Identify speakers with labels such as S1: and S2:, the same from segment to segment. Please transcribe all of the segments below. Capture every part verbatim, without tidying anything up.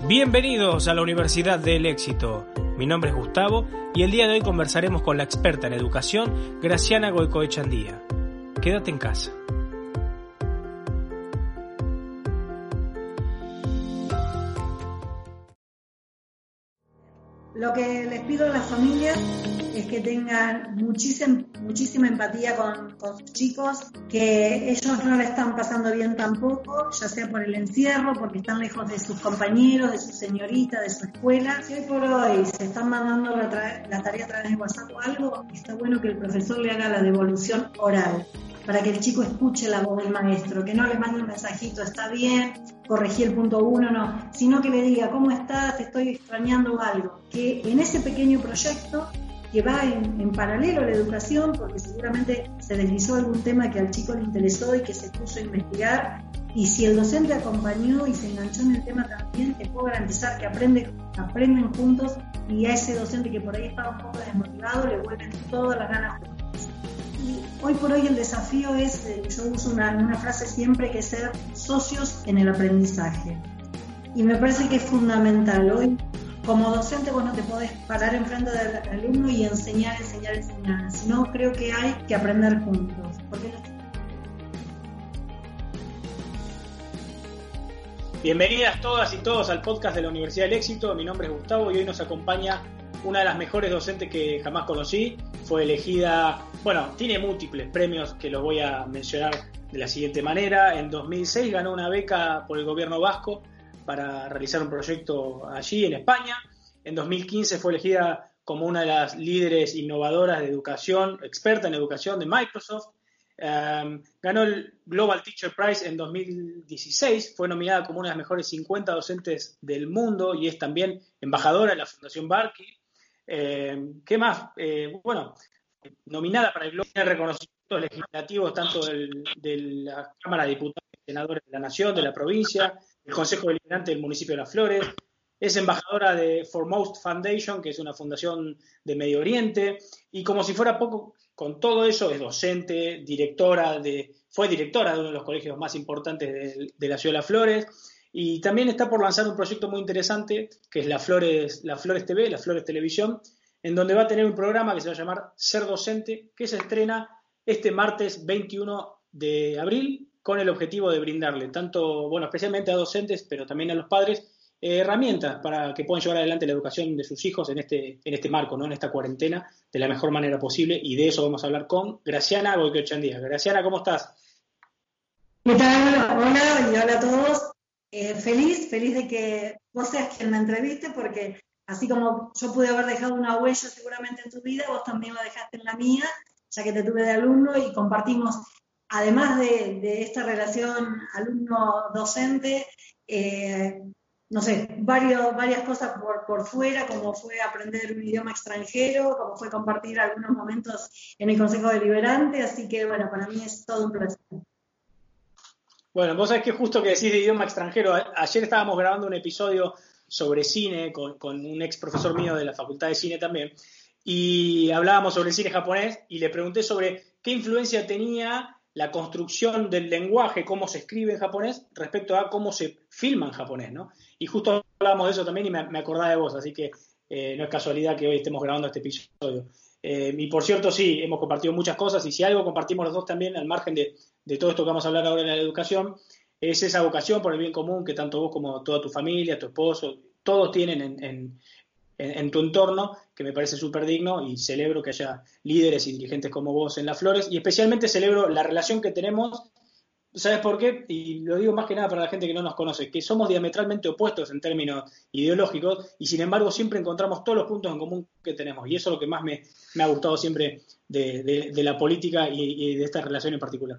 S1: Bienvenidos a la Universidad del Éxito. Mi nombre es Gustavo y el día de hoy conversaremos con la experta en educación, Graciana Goicoechandía. Quédate en casa.
S2: Lo que les pido a las familias es que tengan muchísima, muchísima empatía con, con sus chicos, que ellos no la están pasando bien tampoco, ya sea por el encierro, porque están lejos de sus compañeros, de su señorita, de su escuela. Si hoy por hoy se están mandando la, tra- la tarea a través de WhatsApp o algo, está bueno que el profesor le haga la devolución oral, para que el chico escuche la voz del maestro, que no le mande un mensajito, está bien, corregí el punto uno, no, sino que le diga, ¿cómo estás? Te estoy extrañando algo. Que en ese pequeño proyecto, que va en, en paralelo a la educación, porque seguramente se deslizó algún tema que al chico le interesó y que se puso a investigar, y si el docente acompañó y se enganchó en el tema también, te puedo garantizar que aprende, aprenden juntos, y a ese docente que por ahí estaba un poco desmotivado le vuelven todas las ganas juntas. Y hoy por hoy el desafío es, yo uso una, una frase siempre, que es ser socios en el aprendizaje. Y me parece que es fundamental. Hoy, como docente, vos no te podés parar enfrente del alumno y enseñar, enseñar, enseñar. Sino creo que hay que aprender juntos. Porque...
S1: Bienvenidas todas y todos al podcast de la Universidad del Éxito. Mi nombre es Gustavo y hoy nos acompaña una de las mejores docentes que jamás conocí. Fue elegida, bueno, tiene múltiples premios que los voy a mencionar de la siguiente manera. En dos mil seis ganó una beca por el gobierno vasco para realizar un proyecto allí en España. En dos mil quince fue elegida como una de las líderes innovadoras de educación, experta en educación de Microsoft. Um, ganó el Global Teacher Prize en dos mil dieciséis, fue nominada como una de las mejores cincuenta docentes del mundo y es también embajadora de la Fundación Barkey. Eh, ¿Qué más? Eh, bueno, nominada para el Global de reconocimientos legislativos tanto del, de la Cámara de Diputados y Senadores de la Nación, de la provincia, el Consejo Deliberante del municipio de Las Flores. Es embajadora de Foremost Foundation, que es una fundación de Medio Oriente, y como si fuera poco, con todo eso es docente, directora de, fue directora de uno de los colegios más importantes de, de la ciudad de Las Flores, y también está por lanzar un proyecto muy interesante, que es la Flores, la Flores T V, la Flores Televisión, en donde va a tener un programa que se va a llamar Ser Docente, que se estrena este martes veintiuno de abril, con el objetivo de brindarle tanto, bueno, especialmente a docentes, pero también a los padres, eh, herramientas para que puedan llevar adelante la educación de sus hijos en este, en este marco, ¿no? En esta cuarentena, de la mejor manera posible, y de eso vamos a hablar con Graciana Goicoechandía. Graciana, ¿cómo estás?
S2: ¿Qué tal? Hola, y hola a todos. Eh, feliz, feliz de que vos seas quien me entreviste, porque así como yo pude haber dejado una huella seguramente en tu vida, vos también la dejaste en la mía, ya que te tuve de alumno y compartimos, además de, de esta relación alumno-docente, eh, no sé, varios, varias cosas por, por fuera, como fue aprender un idioma extranjero, como fue compartir algunos momentos en el Consejo Deliberante, así que bueno, para mí es todo un placer.
S1: Bueno, vos sabés que justo que decís de idioma extranjero, ayer estábamos grabando un episodio sobre cine con, con un ex profesor mío de la Facultad de Cine también, y hablábamos sobre el cine japonés y le pregunté sobre qué influencia tenía la construcción del lenguaje, cómo se escribe en japonés, respecto a cómo se filma en japonés, ¿no? Y justo hablábamos de eso también y me, me acordaba de vos, así que eh, no es casualidad que hoy estemos grabando este episodio. Eh, y por cierto, sí, hemos compartido muchas cosas, y si algo compartimos los dos también, al margen de, de todo esto que vamos a hablar ahora en la educación, es esa vocación por el bien común que tanto vos como toda tu familia, tu esposo, todos tienen en, en, en, en tu entorno, que me parece súper digno, y celebro que haya líderes y dirigentes como vos en Las Flores, y especialmente celebro la relación que tenemos. ¿Sabes por qué? Y lo digo más que nada para la gente que no nos conoce, que somos diametralmente opuestos en términos ideológicos y sin embargo siempre encontramos todos los puntos en común que tenemos, y eso es lo que más me, me ha gustado siempre de, de, de la política y, y de esta relación en particular.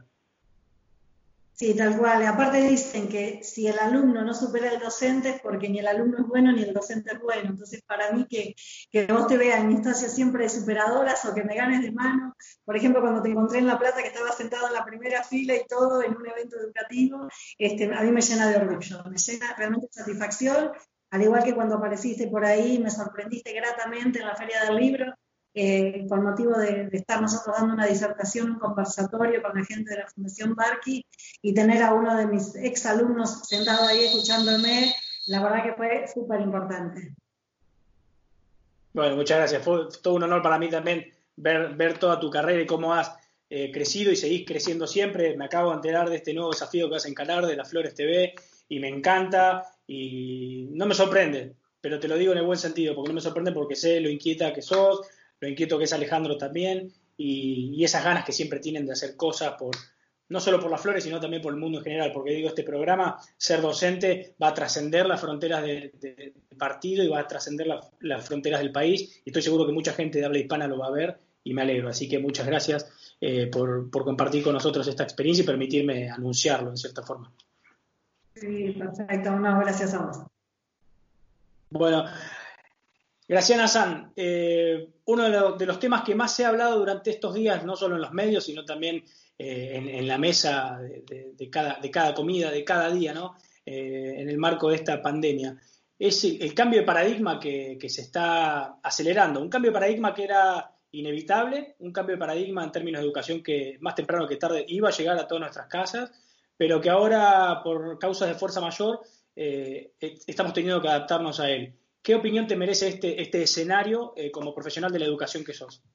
S2: Sí, tal cual. Aparte dicen que si el alumno no supera al docente es porque ni el alumno es bueno ni el docente es bueno. Entonces, para mí que, que vos te veas en instancias siempre superadoras o que me ganes de mano, por ejemplo, cuando te encontré en La Plata, que estaba sentado en la primera fila y todo en un evento educativo, este, a mí me llena de orgullo, me llena realmente de satisfacción, al igual que cuando apareciste por ahí, me sorprendiste gratamente en la Feria del Libro. Eh, con motivo de, de estar nosotros dando una disertación, un conversatorio con la gente de la Fundación Barkey, y tener a uno de mis exalumnos sentado ahí escuchándome, la verdad que fue súper importante.
S1: Bueno, muchas gracias. Fue todo un honor para mí también ver, ver toda tu carrera y cómo has eh, crecido y seguís creciendo siempre. Me acabo de enterar de este nuevo desafío que vas a encarar de Las Flores T V y me encanta y no me sorprende, pero te lo digo en el buen sentido, porque no me sorprende porque sé lo inquieta que sos, lo inquieto que es Alejandro también y, y esas ganas que siempre tienen de hacer cosas por no solo por Las Flores, sino también por el mundo en general, porque digo, este programa, ser docente, va a trascender las fronteras del de, de partido y va a trascender la, las fronteras del país, y estoy seguro que mucha gente de habla hispana lo va a ver, y me alegro. Así que muchas gracias eh, por, por compartir con nosotros esta experiencia y permitirme anunciarlo, en cierta forma.
S2: Sí, perfecto. No, gracias a vos.
S1: Bueno, Graciana San, eh, uno de, lo, de los temas que más se ha hablado durante estos días, no solo en los medios, sino también eh, en, en la mesa de, de, de, cada, de cada comida, de cada día, ¿no? Eh, en el marco de esta pandemia, es el, el cambio de paradigma que, que se está acelerando, un cambio de paradigma que era inevitable, un cambio de paradigma en términos de educación que más temprano que tarde iba a llegar a todas nuestras casas, pero que ahora, por causas de fuerza mayor, eh, estamos teniendo que adaptarnos a él. ¿Qué opinión te merece este, este escenario eh, como profesional de la educación que sos?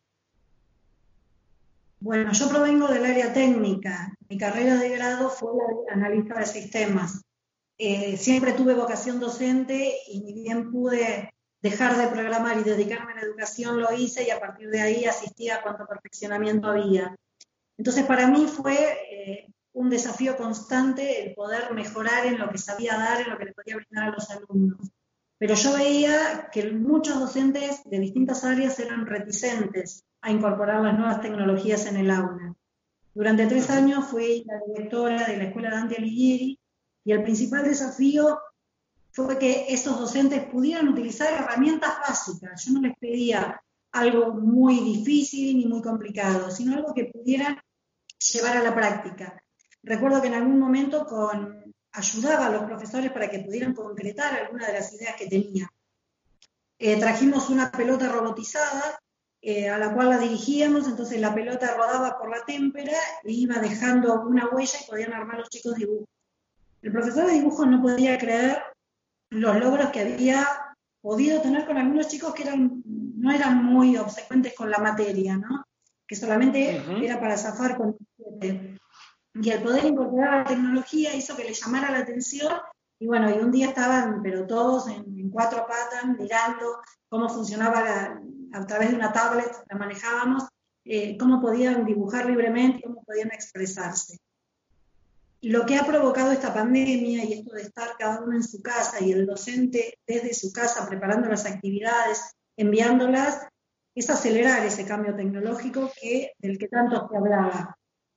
S2: Bueno, yo provengo del área técnica. Mi carrera de grado fue la de analista de sistemas. Eh, siempre tuve vocación docente y ni bien pude dejar de programar y dedicarme a la educación, lo hice y a partir de ahí asistí a cuánto perfeccionamiento había. Entonces, para mí fue eh, un desafío constante el poder mejorar en lo que sabía dar, en lo que le podía brindar a los alumnos. Pero yo veía que muchos docentes de distintas áreas eran reticentes a incorporar las nuevas tecnologías en el aula. Durante tres años fui la directora de la Escuela Dante Alighieri y el principal desafío fue que esos docentes pudieran utilizar herramientas básicas. Yo no les pedía algo muy difícil ni muy complicado, sino algo que pudieran llevar a la práctica. Recuerdo que en algún momento con, ayudaba a los profesores para que pudieran concretar algunas de las ideas que tenían. Eh, trajimos una pelota robotizada eh, a la cual la dirigíamos, entonces la pelota rodaba por la témpera e iba dejando una huella y podían armar los chicos dibujos. El profesor de dibujo no podía creer los logros que había podido tener con algunos chicos que eran, no eran muy obsecuentes con la materia, ¿no? Que solamente uh-huh. era para zafar con el y el poder incorporar la tecnología hizo que les llamara la atención y bueno, y un día estaban, pero todos en, en cuatro patas, mirando cómo funcionaba la, a través de una tablet, la manejábamos, eh, cómo podían dibujar libremente, cómo podían expresarse. Lo que ha provocado esta pandemia y esto de estar cada uno en su casa y el docente desde su casa preparando las actividades, enviándolas, es acelerar ese cambio tecnológico que, del que tanto se hablaba.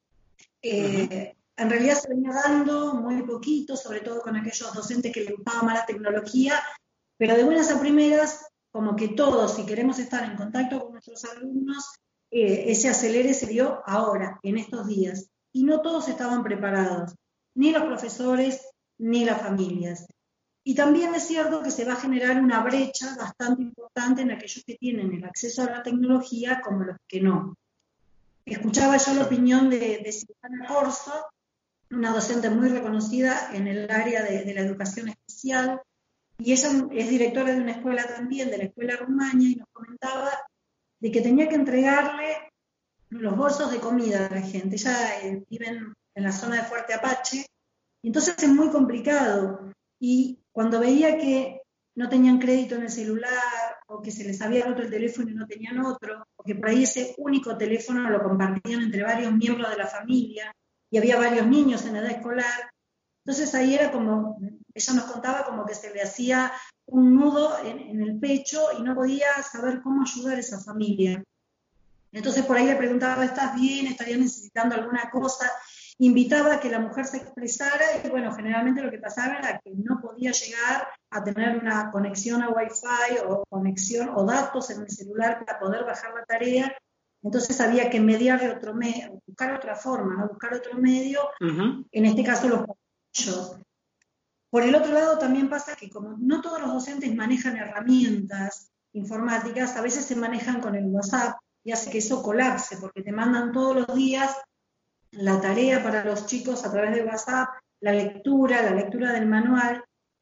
S2: Eh, uh-huh. En realidad se venía dando muy poquito, sobre todo con aquellos docentes que les gustaba más la tecnología, pero de buenas a primeras, como que todos, si queremos estar en contacto con nuestros alumnos, eh, ese acelere se dio ahora, en estos días. Y no todos estaban preparados, ni los profesores, ni las familias. Y también es cierto que se va a generar una brecha bastante importante en aquellos que tienen el acceso a la tecnología como los que no. Escuchaba yo la opinión de, de Silvana Corso, una docente muy reconocida en el área de, de la educación especial, y ella es directora de una escuela también, de la escuela Rumania, y nos comentaba de que tenía que entregarle los bolsos de comida a la gente. Ella eh, vive en, en la zona de Fuerte Apache, y entonces es muy complicado. Y cuando veía que no tenían crédito en el celular, o que se les había roto el teléfono y no tenían otro, o que por ahí ese único teléfono lo compartían entre varios miembros de la familia, y había varios niños en edad escolar, entonces ahí era como, ella nos contaba como que se le hacía un nudo en, en el pecho y no podía saber cómo ayudar a esa familia. Entonces por ahí le preguntaba, ¿estás bien? ¿Estarías necesitando alguna cosa? Invitaba a que la mujer se expresara y bueno, generalmente lo que pasaba era que no podía llegar a tener una conexión a Wi-Fi o conexión o datos en el celular para poder bajar la tarea. Entonces había que mediar otro medio, buscar otra forma, ¿no? Buscar otro medio, uh-huh. En este caso los pasillos. Por el otro lado también pasa que como no todos los docentes manejan herramientas informáticas, a veces se manejan con el WhatsApp y hace que eso colapse, porque te mandan todos los días la tarea para los chicos a través de WhatsApp, la lectura, la lectura del manual,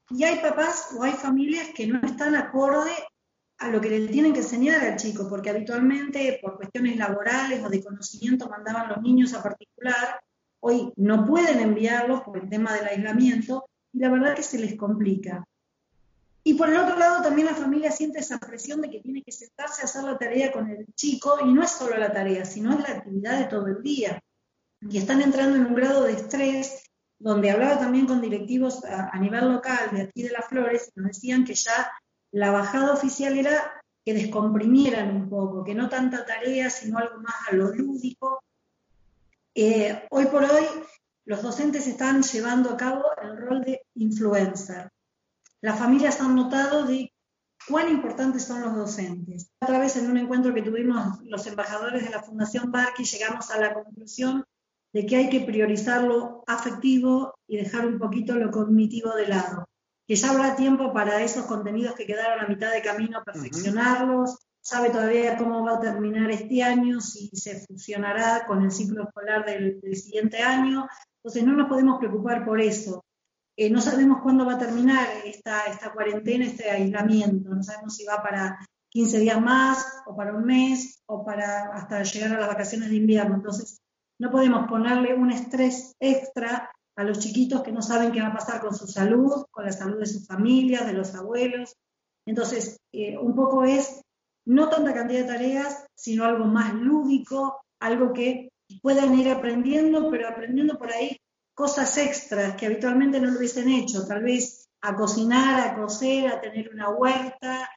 S2: Y hay papás o hay familias que no están acorde a lo que le tienen que enseñar al chico, porque habitualmente por cuestiones laborales o de conocimiento mandaban los niños a particular, hoy no pueden enviarlos por el tema del aislamiento, y la verdad que se les complica. Y por el otro lado también la familia siente esa presión de que tiene que sentarse a hacer la tarea con el chico, y no es solo la tarea, sino es la actividad de todo el día. Y están entrando en un grado de estrés, donde hablaba también con directivos a, a nivel local de aquí de Las Flores, y nos decían que ya la bajada oficial era que descomprimieran un poco, que no tanta tarea, sino algo más a lo lúdico. Eh, hoy por hoy los docentes están llevando a cabo el rol de influencer. Las familias han notado de cuán importantes son los docentes. Otra vez en un encuentro que tuvimos los embajadores de la Fundación Barqui llegamos a la conclusión de que hay que priorizar lo afectivo y dejar un poquito lo cognitivo de lado. Que ya habrá tiempo para esos contenidos que quedaron a mitad de camino, perfeccionarlos. Uh-huh. Sabe todavía cómo va a terminar este año, si se fusionará con el ciclo escolar del, del siguiente año. Entonces no nos podemos preocupar por eso. Eh, no sabemos cuándo va a terminar esta, esta cuarentena, este aislamiento. No sabemos si va para quince días más, o para un mes, o para hasta llegar a las vacaciones de invierno. Entonces no podemos ponerle un estrés extra a los chiquitos que no saben qué va a pasar con su salud, con la salud de sus familias, de los abuelos. Entonces, eh, un poco es no tanta cantidad de tareas, sino algo más lúdico, algo que puedan ir aprendiendo, pero aprendiendo por ahí cosas extras que habitualmente no lo hubiesen hecho, tal vez a cocinar, a coser, a tener una huerta,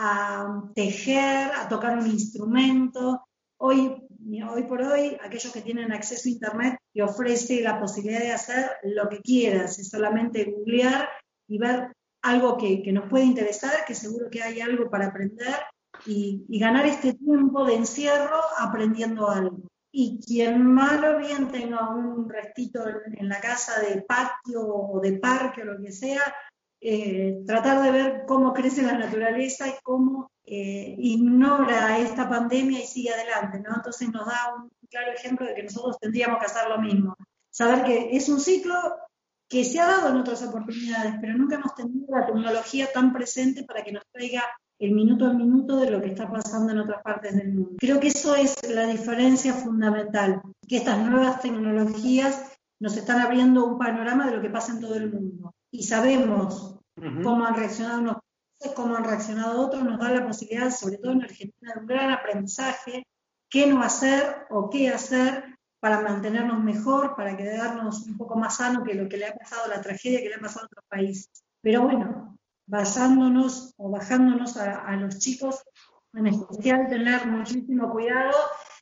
S2: a tejer, a tocar un instrumento. Hoy, hoy por hoy, aquellos que tienen acceso a internet te ofrece la posibilidad de hacer lo que quieras, es solamente googlear y ver algo que, que nos puede interesar, que seguro que hay algo para aprender y, y ganar este tiempo de encierro aprendiendo algo. Y quien mal o bien tenga un restito en, en la casa de patio o de parque o lo que sea, eh, tratar de ver cómo crece la naturaleza y cómo eh, ignora esta pandemia y sigue adelante, ¿no? Entonces nos da un claro ejemplo de que nosotros tendríamos que hacer lo mismo. Saber que es un ciclo que se ha dado en otras oportunidades, pero nunca hemos tenido la tecnología tan presente para que nos traiga el minuto a minuto de lo que está pasando en otras partes del mundo. Creo que eso es la diferencia fundamental, que estas nuevas tecnologías nos están abriendo un panorama de lo que pasa en todo el mundo. Y sabemos uh-huh. cómo han reaccionado unos países, cómo han reaccionado otros, nos da la posibilidad, sobre todo en Argentina, de un gran aprendizaje, qué no hacer o qué hacer para mantenernos mejor, para quedarnos un poco más sanos que lo que le ha pasado, la tragedia que le ha pasado a otros países. Pero bueno, basándonos o bajándonos a, a los chicos, en especial tener muchísimo cuidado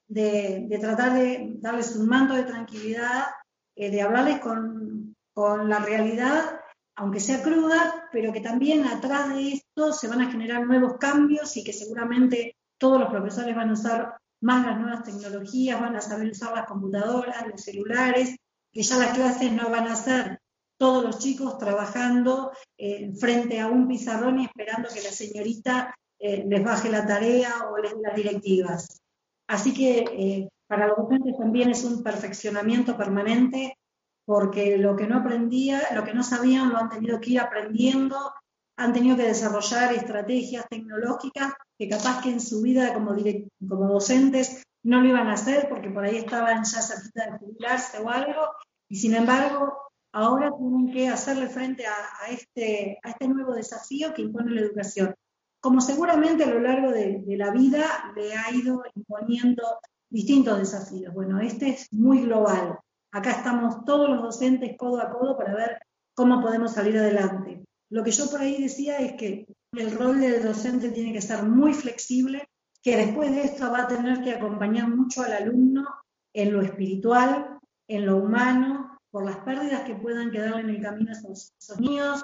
S2: de, de tratar de darles un manto de tranquilidad, eh, de hablarles con, con la realidad, aunque sea cruda, pero que también atrás de esto se van a generar nuevos cambios y que seguramente todos los profesores van a usar más las nuevas tecnologías, van a saber usar las computadoras, los celulares, que ya las clases no van a ser todos los chicos trabajando eh, frente a un pizarrón y esperando que la señorita eh, les baje la tarea o les dé las directivas. Así que eh, para los docentes también es un perfeccionamiento permanente, porque lo que no aprendía, lo que no sabían lo han tenido que ir aprendiendo, han tenido que desarrollar estrategias tecnológicas que capaz que en su vida como, direct, como docentes no lo iban a hacer porque por ahí estaban ya cerquita de jubilarse o algo, y sin embargo ahora tienen que hacerle frente a, a, este, a este nuevo desafío que impone la educación. Como seguramente a lo largo de, de la vida le ha ido imponiendo distintos desafíos. Bueno, este es muy global. Acá estamos todos los docentes codo a codo para ver cómo podemos salir adelante. Lo que yo por ahí decía es que el rol del docente tiene que ser muy flexible, que después de esto va a tener que acompañar mucho al alumno en lo espiritual, en lo humano, por las pérdidas que puedan quedarle en el camino a esos, esos niños,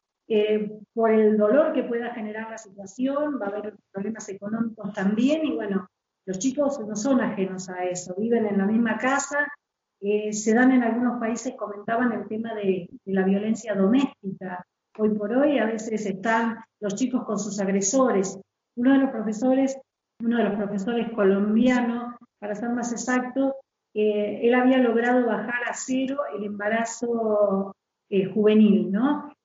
S2: eh, por el dolor que pueda generar la situación, va a haber problemas económicos también, y bueno, los chicos no son ajenos a eso, viven en la misma casa, eh, se dan en algunos países, comentaban el tema de, de la violencia doméstica. Hoy por hoy a veces están los chicos con sus agresores. Uno de los profesores, uno de los profesores colombianos, para ser más exacto, eh, él había logrado bajar a cero el embarazo eh, juvenil, ¿no?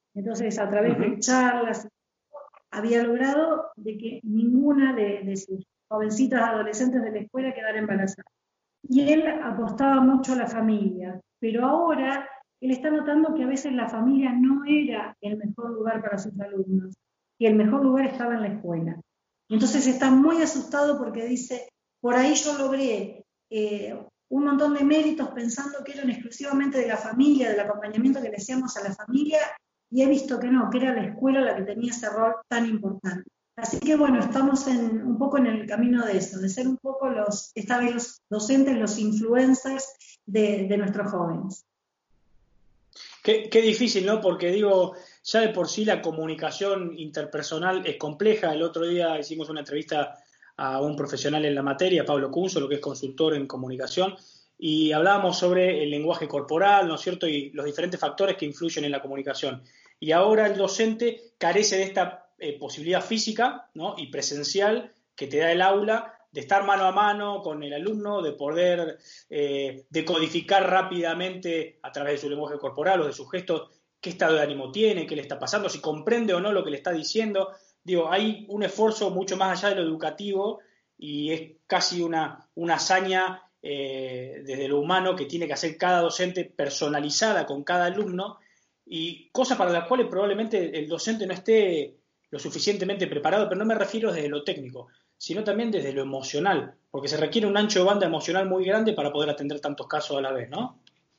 S2: Entonces, a través uh-huh. de charlas, había logrado de que ninguna de, de sus jovencitas adolescentes de la escuela quedara embarazada. Y él apostaba mucho a la familia, pero ahora él está notando que a veces la familia no era el mejor lugar para sus alumnos, que el mejor lugar estaba en la escuela. Entonces está muy asustado porque dice, por ahí yo logré eh, un montón de méritos pensando que eran exclusivamente de la familia, del acompañamiento que le hacíamos a la familia, y he visto que no, que era la escuela la que tenía ese rol tan importante. Así que bueno, estamos en, un poco en el camino de eso, de ser un poco los, esta vez los docentes, los influencers de, de nuestros jóvenes.
S1: Qué, qué difícil, ¿no? Porque digo, ya de por sí la comunicación interpersonal es compleja. El otro día hicimos una entrevista a un profesional en la materia, Pablo Cunzo, lo que es consultor en comunicación, y hablábamos sobre el lenguaje corporal, ¿no es cierto?, y los diferentes factores que influyen en la comunicación. Y ahora el docente carece de esta eh, posibilidad física, ¿no?, y presencial que te da el aula, de estar mano a mano con el alumno, de poder eh, decodificar rápidamente a través de su lenguaje corporal o de sus gestos qué estado de ánimo tiene, qué le está pasando, si comprende o no lo que le está diciendo. Digo, hay un esfuerzo mucho más allá de lo educativo y es casi una, una hazaña eh, desde lo humano que tiene que hacer cada docente, personalizada con cada alumno, y cosas para las cuales probablemente el docente no esté lo suficientemente preparado, pero no me refiero desde lo técnico, sino también desde lo emocional, porque se requiere un ancho de banda emocional muy grande para poder atender tantos casos a la vez, ¿no?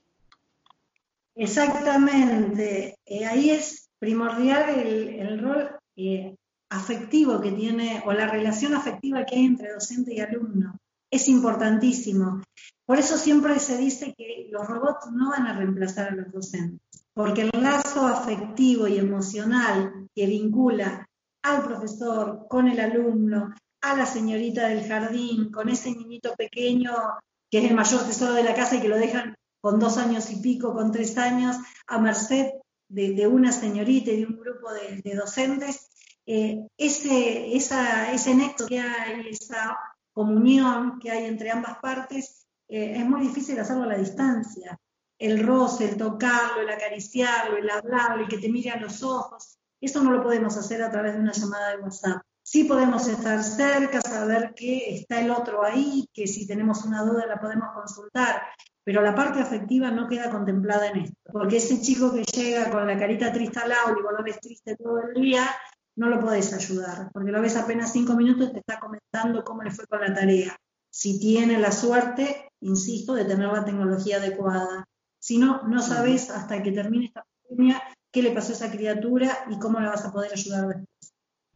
S2: Exactamente. Eh, ahí es primordial el, el rol eh, afectivo que tiene, o la relación afectiva que hay entre docente y alumno. Es importantísimo. Por eso siempre se dice que los robots no van a reemplazar a los docentes, porque el lazo afectivo y emocional que vincula al profesor con el alumno, a la señorita del jardín, con ese niñito pequeño que es el mayor tesoro de la casa y que lo dejan con dos años y pico, con tres años, a merced de, de una señorita y de un grupo de, de docentes, eh, ese, esa, ese nexo que hay, esa comunión que hay entre ambas partes, eh, es muy difícil hacerlo a la distancia. El roce, el tocarlo, el acariciarlo, el hablarlo, el que te mire a los ojos, eso no lo podemos hacer a través de una llamada de WhatsApp. Sí podemos estar cerca, saber que está el otro ahí, que si tenemos una duda la podemos consultar, pero la parte afectiva no queda contemplada en esto, porque ese chico que llega con la carita triste al aula y vos lo ves triste todo el día, no lo podés ayudar, porque lo ves apenas cinco minutos y te está comentando cómo le fue con la tarea. Si tiene la suerte, insisto, de tener la tecnología adecuada. Si no, no sabés hasta que termine esta pandemia qué le pasó a esa criatura y cómo la vas a poder ayudar después.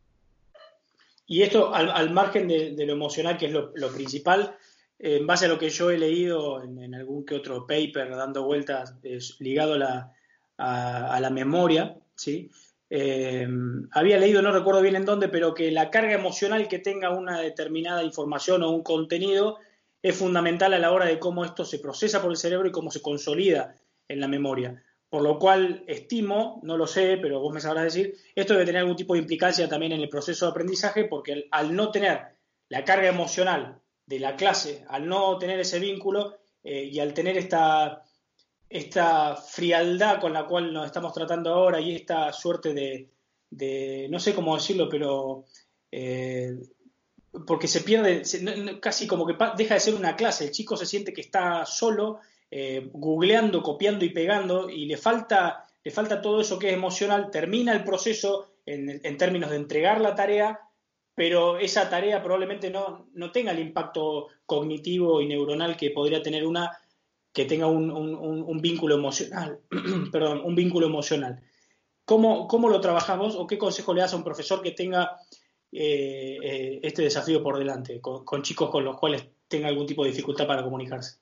S1: Y esto, al, al margen de, de lo emocional, que es lo, lo principal, eh, en base a lo que yo he leído en, en algún que otro paper dando vueltas, eh, ligado a la, a, a la memoria, ¿sí? Eh, había leído, no recuerdo bien en dónde, pero que la carga emocional que tenga una determinada información o un contenido es fundamental a la hora de cómo esto se procesa por el cerebro y cómo se consolida en la memoria. Por lo cual estimo, no lo sé, pero vos me sabrás decir, esto debe tener algún tipo de implicancia también en el proceso de aprendizaje, porque al, al no tener la carga emocional de la clase, al no tener ese vínculo eh, y al tener esta, esta frialdad con la cual nos estamos tratando ahora y esta suerte de, de no sé cómo decirlo, pero eh, porque se pierde, se, no, casi como que deja de ser una clase, el chico se siente que está solo, Eh, googleando, copiando y pegando, y le falta, le falta todo eso que es emocional. Termina el proceso en, en términos de entregar la tarea, pero esa tarea probablemente no, no tenga el impacto cognitivo y neuronal que podría tener una que tenga un, un, un vínculo emocional. Perdón, un vínculo emocional. ¿Cómo, ¿Cómo lo trabajamos o qué consejo le das a un profesor que tenga eh, eh, este desafío por delante, con, con chicos con los cuales tenga algún tipo de dificultad para comunicarse?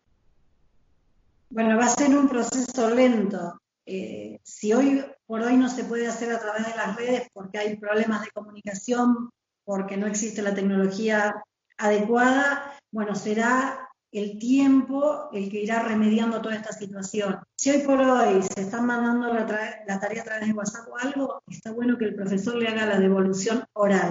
S2: Bueno, va a ser un proceso lento. Eh, si hoy por hoy no se puede hacer a través de las redes porque hay problemas de comunicación, porque no existe la tecnología adecuada, bueno, será el tiempo el que irá remediando toda esta situación. Si hoy por hoy se está mandando la, tra- la tarea a través de WhatsApp o algo, está bueno que el profesor le haga la devolución oral.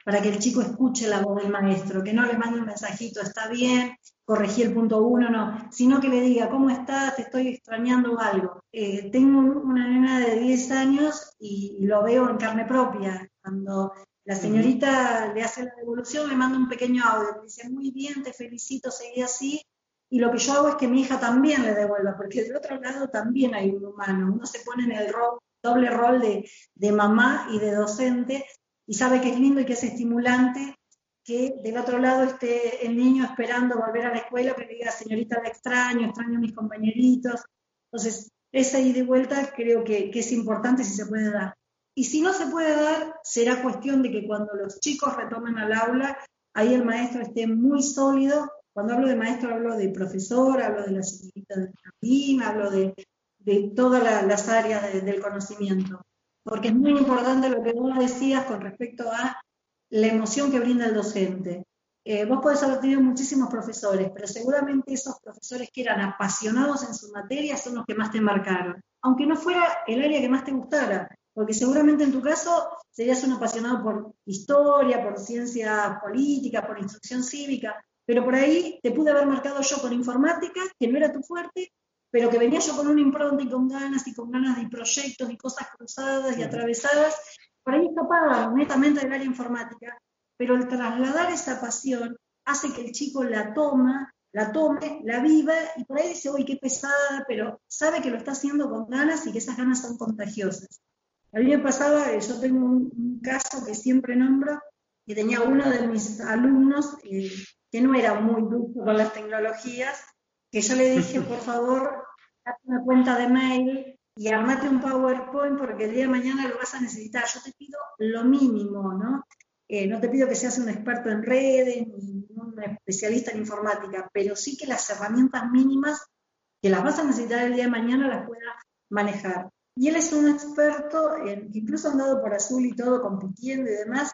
S2: para que el chico escuche la voz del maestro, que no le mande un mensajito, está bien, corregí el punto uno, no, sino que le diga, ¿cómo estás? Te estoy extrañando algo. Eh, tengo una nena de diez años y, y lo veo en carne propia. Cuando la señorita le hace la devolución, le manda un pequeño audio, le dice, muy bien, te felicito, seguí así. Y lo que yo hago es que mi hija también le devuelva, porque del otro lado también hay un humano. Uno se pone en el rol, doble rol de, de mamá y de docente, y sabe que es lindo y que es estimulante que del otro lado esté el niño esperando volver a la escuela, que le diga, señorita, la extraño, extraño a mis compañeritos. Entonces, esa ida y vuelta creo que, que es importante si se puede dar. Y si no se puede dar, será cuestión de que cuando los chicos retomen al aula, ahí el maestro esté muy sólido. Cuando hablo de maestro, hablo de profesor, hablo de la señorita del jardín, hablo de, de todas la, las áreas de, del conocimiento. Porque es muy importante lo que vos decías con respecto a la emoción que brinda el docente. Eh, vos podés haber tenido muchísimos profesores, pero seguramente esos profesores que eran apasionados en su materia son los que más te marcaron, aunque no fuera el área que más te gustara, porque seguramente en tu caso serías un apasionado por historia, por ciencia política, por instrucción cívica, pero por ahí te pude haber marcado yo con informática, que no era tu fuerte, pero que venía yo con una impronta y con ganas, y con ganas de proyectos y cosas cruzadas y atravesadas. Por ahí escapaba netamente del área informática, pero el trasladar esa pasión hace que el chico la toma, la tome, la viva, y por ahí dice, uy, qué pesada, pero sabe que lo está haciendo con ganas y que esas ganas son contagiosas. A mí me pasaba, yo tengo un, un caso que siempre nombro, que tenía uno de mis alumnos eh, que no era muy duro con las tecnologías, que yo le dije, por favor, hazte una cuenta de mail y armate un PowerPoint porque el día de mañana lo vas a necesitar. Yo te pido lo mínimo, ¿no? Eh, no te pido que seas un experto en redes ni un especialista en informática, pero sí que las herramientas mínimas que las vas a necesitar el día de mañana las puedas manejar. Y él es un experto, en, incluso andado por Azul y todo, compitiendo y demás,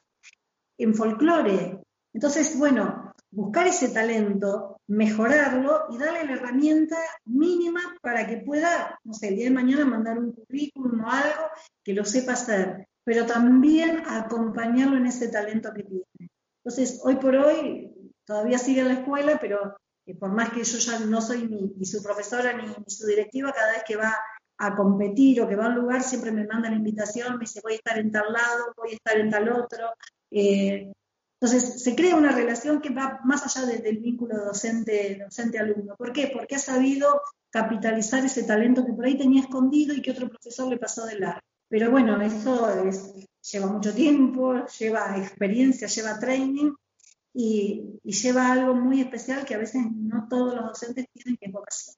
S2: en folclore. Entonces, bueno, buscar ese talento, mejorarlo y darle la herramienta mínima para que pueda, no sé, el día de mañana mandar un currículum o algo que lo sepa hacer, pero también acompañarlo en ese talento que tiene. Entonces, hoy por hoy, todavía sigue en la escuela, pero eh, por más que yo ya no soy ni, ni su profesora ni, ni su directiva, cada vez que va a competir o que va a un lugar, siempre me manda la invitación, me dice, voy a estar en tal lado, voy a estar en tal otro. Eh, entonces, se crea una relación que va más allá de, del vínculo docente, docente-alumno. ¿Por qué? Porque ha sabido capitalizar ese talento que por ahí tenía escondido y que otro profesor le pasó de largo. Pero bueno, eso es, lleva mucho tiempo, lleva experiencia, lleva training y, y lleva algo muy especial que a veces no todos los docentes tienen, que es vocación.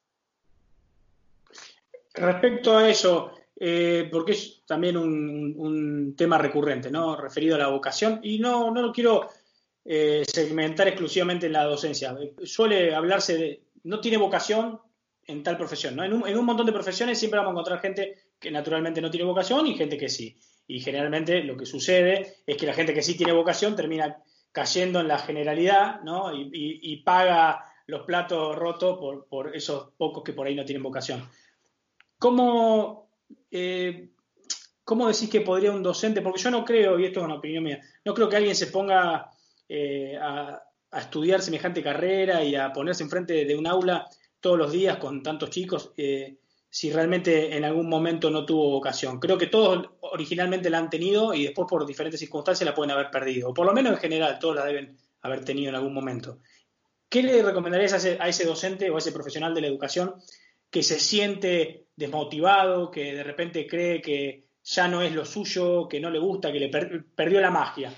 S1: Respecto a eso, eh, porque es también un, un tema recurrente, ¿no? Referido a la vocación, y no, no lo quiero eh, segmentar exclusivamente en la docencia. Suele hablarse de, no tiene vocación en tal profesión, ¿no? En un, en un montón de profesiones siempre vamos a encontrar gente que naturalmente no tiene vocación y gente que sí. Y generalmente lo que sucede es que la gente que sí tiene vocación termina cayendo en la generalidad, ¿no? Y, y, y paga los platos rotos por, por esos pocos que por ahí no tienen vocación. ¿Cómo, eh, ¿Cómo decís que podría un docente? Porque yo no creo, y esto es una opinión mía, no creo que alguien se ponga eh, a, a estudiar semejante carrera y a ponerse enfrente de, de un aula todos los días con tantos chicos eh, si realmente en algún momento no tuvo vocación. Creo que todos originalmente la han tenido y después por diferentes circunstancias la pueden haber perdido, o por lo menos en general todos la deben haber tenido en algún momento. ¿Qué le recomendarías a ese, a ese docente o a ese profesional de la educación que se siente desmotivado, que de repente cree que ya no es lo suyo, que no le gusta, que le per- perdió la magia?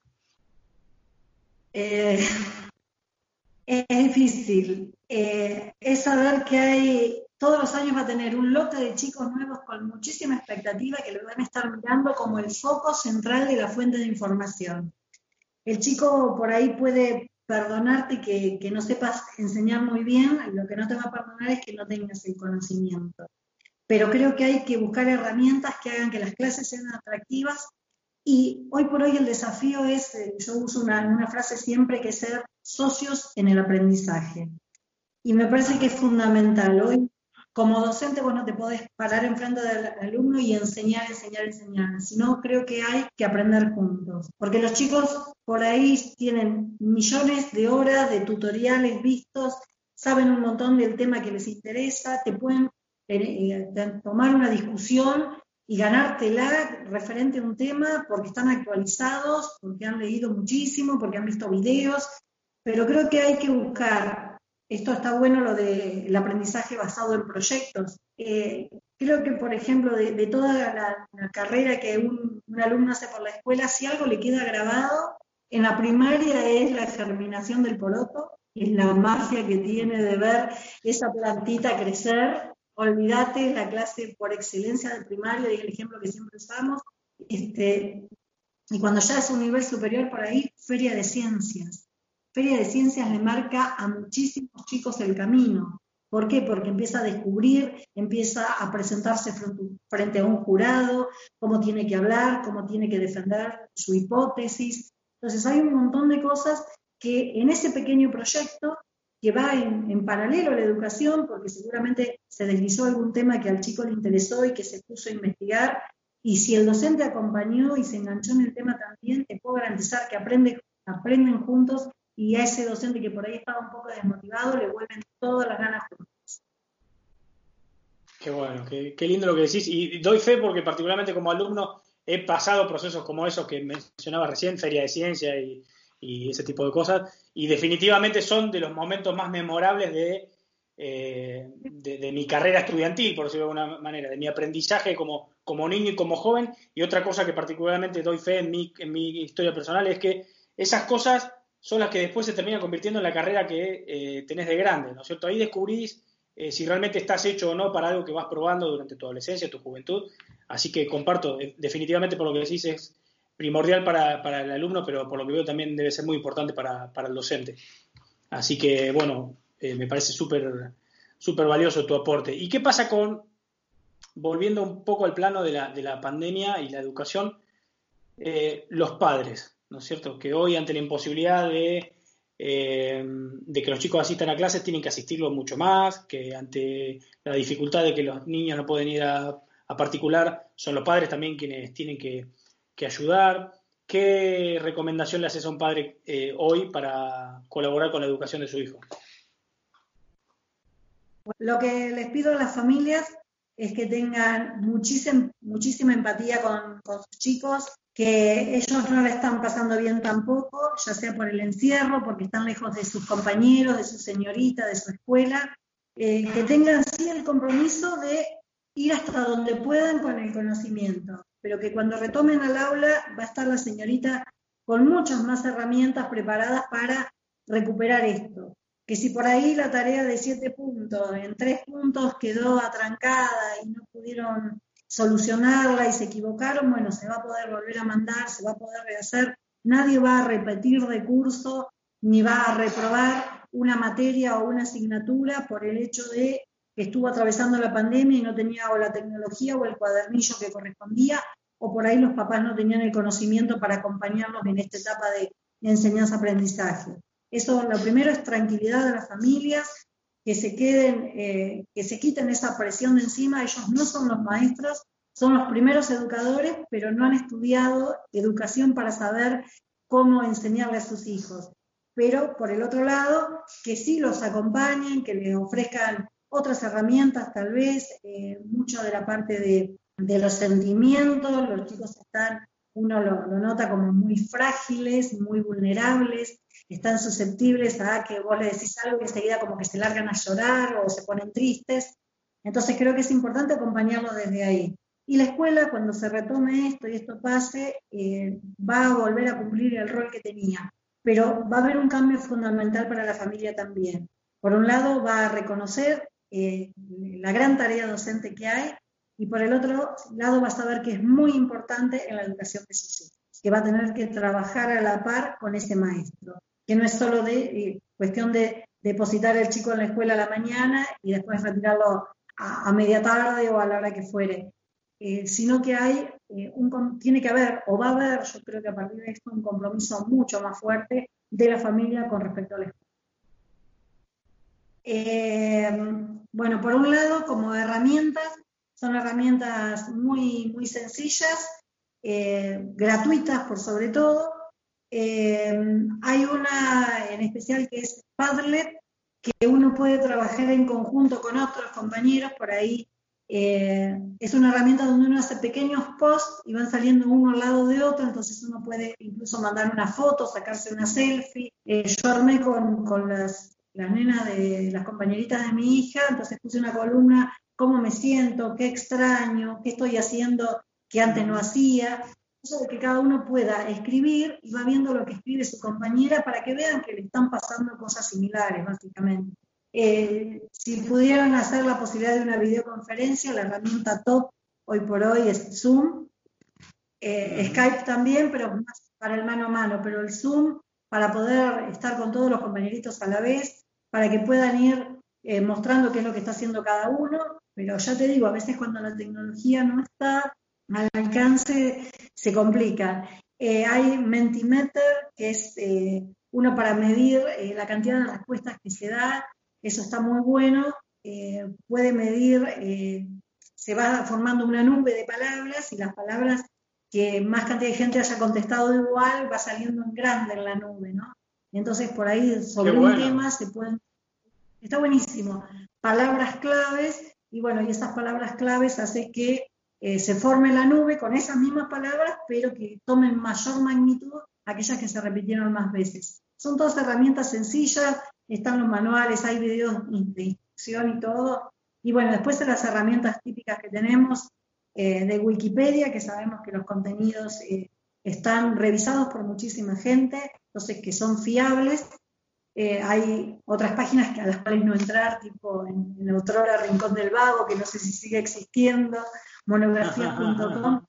S2: Eh, es difícil. Eh, es saber que hay, todos los años va a tener un lote de chicos nuevos con muchísima expectativa que lo van a estar mirando como el foco central de la fuente de información. El chico por ahí puede perdonarte que, que no sepas enseñar muy bien, lo que no te va a perdonar es que no tengas el conocimiento. Pero creo que hay que buscar herramientas que hagan que las clases sean atractivas y hoy por hoy el desafío es, yo uso una, una frase siempre, que es ser socios en el aprendizaje. Y me parece que es fundamental. Hoy como docente vos no te podés parar enfrente del alumno y enseñar, enseñar, enseñar, sino creo que hay que aprender juntos, porque los chicos por ahí tienen millones de horas de tutoriales vistos, saben un montón del tema que les interesa, te pueden eh, eh, tomar una discusión y ganártela referente a un tema porque están actualizados, porque han leído muchísimo, porque han visto videos, pero creo que hay que buscar, esto está bueno lo del aprendizaje basado en proyectos. Eh, creo que, por ejemplo, de, de toda la, la carrera que un, un alumno hace por la escuela, si algo le queda grabado, en la primaria es la germinación del poroto, es la magia que tiene de ver esa plantita crecer. Olvídate, la clase por excelencia del primario, y el ejemplo que siempre usamos, este, y cuando ya es un nivel superior por ahí, feria de ciencias. Feria de Ciencias le marca a muchísimos chicos el camino. ¿Por qué? Porque empieza a descubrir, empieza a presentarse frente a un jurado, cómo tiene que hablar, cómo tiene que defender su hipótesis. Entonces hay un montón de cosas que en ese pequeño proyecto, que va en, en paralelo a la educación, porque seguramente se deslizó algún tema que al chico le interesó y que se puso a investigar, y si el docente acompañó y se enganchó en el tema también, te puedo garantizar que aprende, aprenden juntos, y a ese docente que por ahí estaba un poco desmotivado le vuelven todas las ganas juntas.
S1: Qué bueno, qué, qué lindo lo que decís, y doy fe porque particularmente como alumno he pasado procesos como esos que mencionaba recién, Feria de Ciencia y, y ese tipo de cosas, y definitivamente son de los momentos más memorables de, eh, de, de mi carrera estudiantil, por decirlo de alguna manera, de mi aprendizaje como, como niño y como joven. Y otra cosa que particularmente doy fe en mi, en mi historia personal es que esas cosas son las que después se terminan convirtiendo en la carrera que eh, tenés de grande, ¿no es cierto? Ahí descubrís eh, si realmente estás hecho o no para algo que vas probando durante tu adolescencia, tu juventud. Así que comparto, eh, definitivamente por lo que decís es primordial para, para el alumno, pero por lo que veo también debe ser muy importante para, para el docente. Así que, bueno, eh, me parece súper súper valioso tu aporte. ¿Y qué pasa con, volviendo un poco al plano de la, de la pandemia y la educación, eh, los padres? ¿No es cierto? Que hoy, ante la imposibilidad de, eh, de que los chicos asistan a clases, tienen que asistirlo mucho más, que ante la dificultad de que los niños no pueden ir a, a particular, son los padres también quienes tienen que, que ayudar. ¿Qué recomendación le haces a un padre eh, hoy para colaborar con la educación de su hijo?
S2: Lo que les pido a las familias es que tengan muchísima, muchísima empatía con, con sus chicos, que ellos no la están pasando bien tampoco, ya sea por el encierro, porque están lejos de sus compañeros, de su señorita, de su escuela, eh, que tengan sí el compromiso de ir hasta donde puedan con el conocimiento, pero que cuando retomen al aula va a estar la señorita con muchas más herramientas preparadas para recuperar esto. Que si por ahí la tarea de siete puntos, en tres puntos quedó atrancada y no pudieron solucionarla y se equivocaron, bueno, se va a poder volver a mandar, se va a poder rehacer, nadie va a repetir de curso ni va a reprobar una materia o una asignatura por el hecho de que estuvo atravesando la pandemia y no tenía o la tecnología o el cuadernillo que correspondía, o por ahí los papás no tenían el conocimiento para acompañarlos en esta etapa de enseñanza-aprendizaje. Eso, lo primero es tranquilidad de las familias, que se queden, eh, que se quiten esa presión de encima. Ellos no son los maestros, son los primeros educadores, pero no han estudiado educación para saber cómo enseñarle a sus hijos. Pero, por el otro lado, que sí los acompañen, que les ofrezcan otras herramientas, tal vez, eh, mucho de la parte de, de los sentimientos. Los chicos están, uno lo, lo nota como muy frágiles, muy vulnerables, están susceptibles a que vos le decís algo y enseguida como que se largan a llorar o se ponen tristes. Entonces creo que es importante acompañarlos desde ahí. Y la escuela, cuando se retome esto y esto pase, eh, va a volver a cumplir el rol que tenía. Pero va a haber un cambio fundamental para la familia también. Por un lado, va a reconocer eh, la gran tarea docente que hay, y por el otro lado va a saber que es muy importante en la educación de sus hijos, que va a tener que trabajar a la par con ese maestro, que no es solo de eh, cuestión de depositar al chico en la escuela a la mañana y después retirarlo a, a media tarde o a la hora que fuere, eh, sino que hay eh, un, tiene que haber, o va a haber, yo creo que a partir de esto, un compromiso mucho más fuerte de la familia con respecto a la escuela. Eh, bueno, por un lado, como herramientas, son herramientas muy, muy sencillas, eh, gratuitas por sobre todo. Eh, hay una en especial que es Padlet, que uno puede trabajar en conjunto con otros compañeros, por ahí eh, es una herramienta donde uno hace pequeños posts y van saliendo uno al lado de otro, entonces uno puede incluso mandar una foto, sacarse una selfie. Eh, yo armé con, con las, las nenas de las compañeritas de mi hija, entonces puse una columna, cómo me siento, qué extraño, qué estoy haciendo que antes no hacía. Eso de que cada uno pueda escribir y va viendo lo que escribe su compañera para que vean que le están pasando cosas similares, básicamente. Eh, si pudieran hacer la posibilidad de una videoconferencia, la herramienta top hoy por hoy es Zoom, eh, uh-huh. Skype también, pero más para el mano a mano, pero el Zoom para poder estar con todos los compañeritos a la vez, para que puedan ir eh, mostrando qué es lo que está haciendo cada uno, pero ya te digo, a veces cuando la tecnología no está al alcance se complica. Eh, hay Mentimeter, que es eh, uno para medir eh, la cantidad de respuestas que se da, eso está muy bueno, eh, puede medir, eh, se va formando una nube de palabras y las palabras que más cantidad de gente haya contestado igual va saliendo en grande en la nube, ¿no? Entonces por ahí sobre bueno. un tema se pueden... Está buenísimo. Palabras claves, y bueno, y esas palabras claves hace que eh, se forme la nube con esas mismas palabras, pero que tomen mayor magnitud aquellas que se repitieron más veces. Son todas herramientas sencillas, están los manuales, hay videos de instrucción y todo. Y bueno, después de las herramientas típicas que tenemos eh, de Wikipedia, que sabemos que los contenidos eh, están revisados por muchísima gente, entonces que son fiables. Eh, hay otras páginas a las cuales no entrar, tipo en, en Autora Rincón del Vago, que no sé si sigue existiendo, monografías punto com,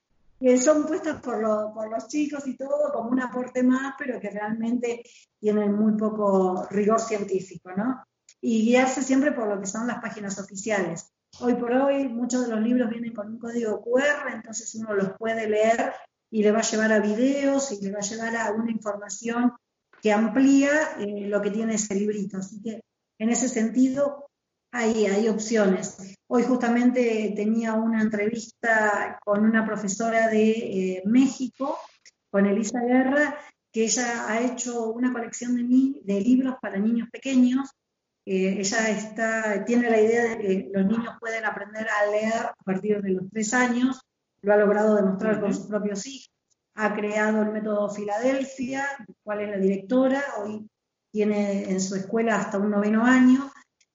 S2: que son puestas por, lo, por los chicos y todo como un aporte más, pero que realmente tienen muy poco rigor científico, ¿no? Y guiarse siempre por lo que son las páginas oficiales. Hoy por hoy muchos de los libros vienen con un código cu erre, entonces uno los puede leer y le va a llevar a videos y le va a llevar a una información que amplía eh, lo que tiene ese librito. Así que en ese sentido hay, hay opciones. Hoy justamente tenía una entrevista con una profesora de eh, México, con Elisa Guerra, que ella ha hecho una colección de, ni- de libros para niños pequeños. Eh, ella está, tiene la idea de que los niños pueden aprender a leer a partir de los tres años, lo ha logrado demostrar uh-huh. con sus propios hijos. Ha creado el método Filadelfia, del cual es la directora, hoy tiene en su escuela hasta un noveno año,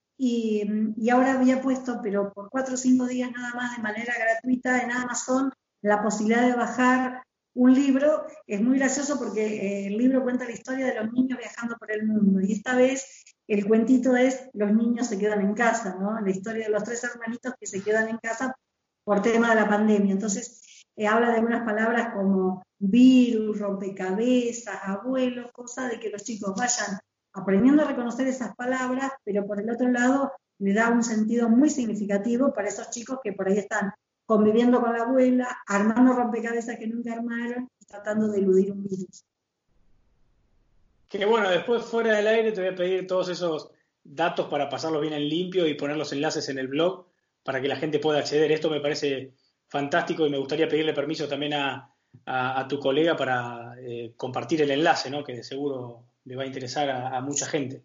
S2: y, y ahora había puesto, pero por cuatro o cinco días nada más, de manera gratuita en Amazon, la posibilidad de bajar un libro. Es muy gracioso porque eh, el libro cuenta la historia de los niños viajando por el mundo, y esta vez el cuentito es los niños se quedan en casa, ¿no? La historia de los tres hermanitos que se quedan en casa por tema de la pandemia. Entonces, Eh, habla de unas palabras como virus, rompecabezas, abuelo, cosa de que los chicos vayan aprendiendo a reconocer esas palabras, pero por el otro lado le da un sentido muy significativo para esos chicos que por ahí están conviviendo con la abuela, armando rompecabezas que nunca armaron y tratando de eludir un virus.
S1: Que bueno, después fuera del aire te voy a pedir todos esos datos para pasarlos bien en limpio y poner los enlaces en el blog para que la gente pueda acceder. Esto me parece fantástico y me gustaría pedirle permiso también a, a, a tu colega para eh, compartir el enlace, ¿no? Que seguro le va a interesar a, a mucha gente.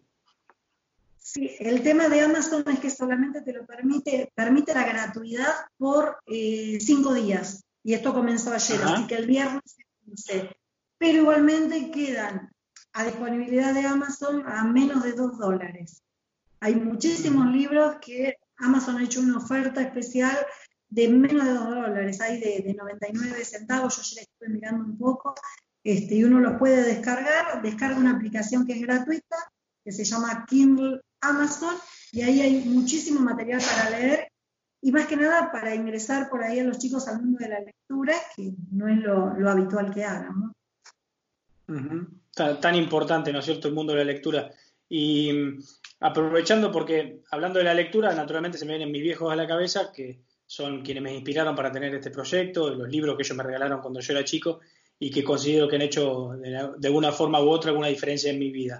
S2: Sí, el tema de Amazon es que solamente te lo permite, permite la gratuidad por eh, cinco días, y esto comenzó ayer, Ajá. así que el viernes se quince. Pero igualmente quedan a disponibilidad de Amazon a menos de dos dólares. Hay muchísimos uh-huh. libros que Amazon ha hecho una oferta especial de menos de dos dólares, hay de, de noventa y nueve centavos, yo ya estuve mirando un poco, este, y uno los puede descargar, descarga una aplicación que es gratuita, que se llama Kindle Amazon, y ahí hay muchísimo material para leer, y más que nada para ingresar por ahí a los chicos al mundo de la lectura, que no es lo, lo habitual que hagan, ¿no?
S1: Uh-huh. Tan, tan importante, ¿no es cierto?, el mundo de la lectura. Y aprovechando, porque hablando de la lectura, naturalmente se me vienen mis viejos a la cabeza, que son quienes me inspiraron para tener este proyecto, los libros que ellos me regalaron cuando yo era chico y que considero que han hecho de, de una forma u otra alguna diferencia en mi vida.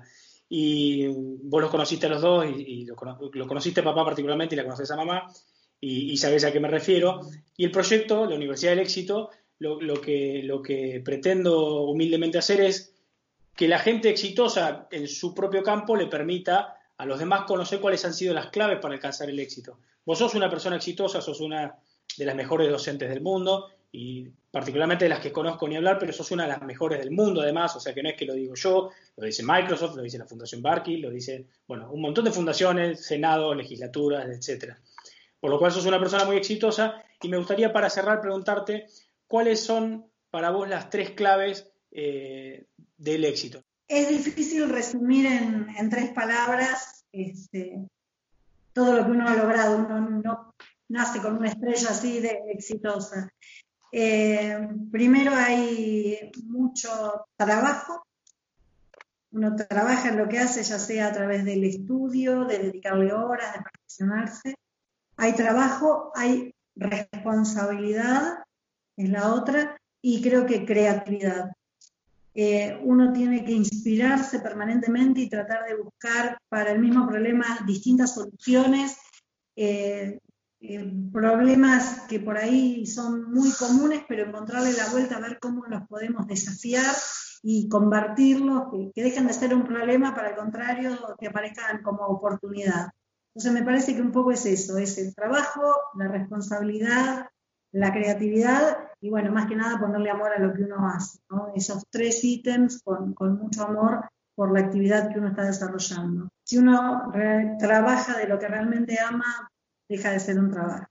S1: y vos los conociste a los dos y, y lo, lo conociste a papá particularmente y la conoces a mamá y, y sabés a qué me refiero. Y el proyecto, la Universidad del Éxito, lo, lo, que, lo que pretendo humildemente hacer es que la gente exitosa en su propio campo le permita a los demás conocer cuáles han sido las claves para alcanzar el éxito. Vos sos una persona exitosa, sos una de las mejores docentes del mundo y particularmente de las que conozco ni hablar, pero sos una de las mejores del mundo además, o sea que no es que lo digo yo, lo dice Microsoft, lo dice la Fundación Barkey, lo dice, bueno, un montón de fundaciones, senados, legislaturas, etcétera. Por lo cual sos una persona muy exitosa y me gustaría para cerrar preguntarte cuáles son para vos las tres claves eh, del éxito.
S2: Es difícil resumir en, en tres palabras este, todo lo que uno ha logrado. Uno no nace con una estrella así de exitosa. Eh, primero hay mucho trabajo. Uno trabaja en lo que hace, ya sea a través del estudio, de dedicarle horas, de perfeccionarse. Hay trabajo, hay responsabilidad, es la otra, y creo que creatividad. Eh, uno tiene que inspirarse permanentemente y tratar de buscar para el mismo problema distintas soluciones, eh, eh, problemas que por ahí son muy comunes, pero encontrarle la vuelta a ver cómo los podemos desafiar y convertirlos, que, que dejen de ser un problema, para el contrario, que aparezcan como oportunidad. Entonces me parece que un poco es eso, es el trabajo, la responsabilidad, la creatividad y bueno, más que nada ponerle amor a lo que uno hace, ¿no? Esos tres ítems con, con mucho amor por la actividad que uno está desarrollando. Si uno re- trabaja de lo que realmente ama, deja de ser un trabajo.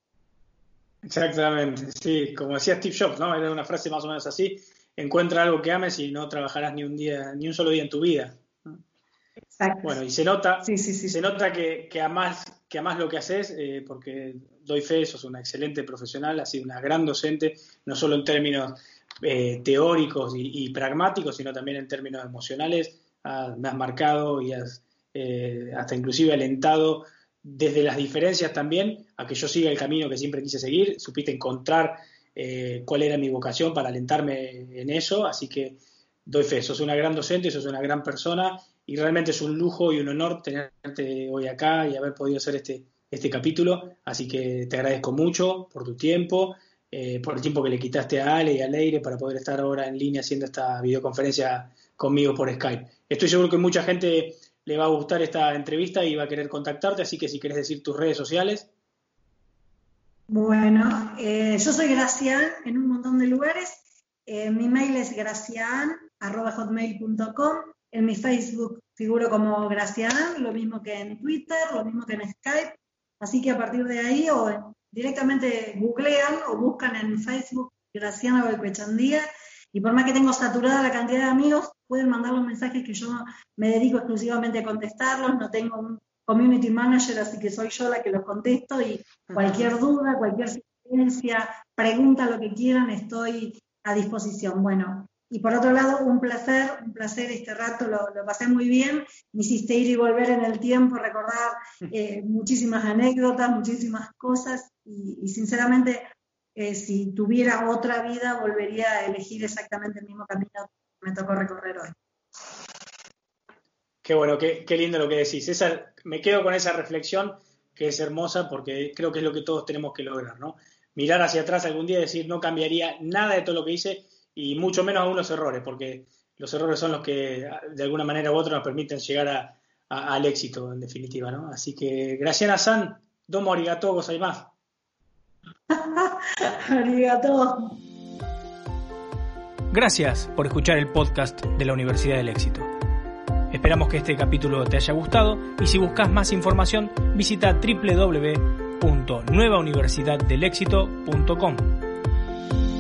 S1: Exactamente, sí, como decía Steve Jobs, ¿no? Era una frase más o menos así: encuentra algo que ames y no trabajarás ni un día, ni un solo día en tu vida.
S2: Exacto.
S1: Bueno, y se nota,
S2: sí, sí, sí,
S1: se
S2: sí.
S1: nota que, que amás, que amás lo que haces, eh, porque doy fe, sos una excelente profesional, has sido una gran docente, no solo en términos eh, teóricos y, y pragmáticos, sino también en términos emocionales. Ah, me has marcado y has eh, hasta inclusive alentado desde las diferencias también a que yo siga el camino que siempre quise seguir. Supiste encontrar eh, cuál era mi vocación para alentarme en eso, así que doy fe, sos una gran docente, sos una gran persona y realmente es un lujo y un honor tenerte hoy acá y haber podido hacer este, este capítulo, así que te agradezco mucho por tu tiempo, eh, por el tiempo que le quitaste a Ale y a Leire para poder estar ahora en línea haciendo esta videoconferencia conmigo por Skype. Estoy seguro que mucha gente le va a gustar esta entrevista y va a querer contactarte, así que si querés decir tus redes sociales.
S2: Bueno, eh, yo soy Gracián en un montón de lugares. Eh, mi mail es gracian arroba hotmail punto com. En mi Facebook figuro como Gracián, lo mismo que en Twitter, lo mismo que en Skype. Así que a partir de ahí o directamente googlean o buscan en Facebook Graciana Goicoechandía. Y por más que tengo saturada la cantidad de amigos, pueden mandar los mensajes que yo me dedico exclusivamente a contestarlos. No tengo un community manager, así que soy yo la que los contesto y cualquier duda, cualquier sugerencia, pregunta, lo que quieran, estoy a disposición. Bueno, y por otro lado, un placer, un placer este rato, lo, lo pasé muy bien, me hiciste ir y volver en el tiempo, recordar eh, muchísimas anécdotas, muchísimas cosas y, y sinceramente, eh, si tuviera otra vida, volvería a elegir exactamente el mismo camino que me tocó recorrer hoy.
S1: Qué bueno, qué, qué lindo lo que decís. Esa, me quedo con esa reflexión que es hermosa porque creo que es lo que todos tenemos que lograr, ¿no? Mirar hacia atrás algún día y decir no cambiaría nada de todo lo que hice y mucho menos aún los errores, porque los errores son los que de alguna manera u otra nos permiten llegar a, a, al éxito en definitiva, ¿no? Así que Graciana-san, domo arigatou gozaimasu.
S2: Arigatou.
S3: Gracias por escuchar el podcast de la Universidad del Éxito. Esperamos que este capítulo te haya gustado y si buscas más información visita doble u doble u doble u punto nueva universidad del éxito punto com.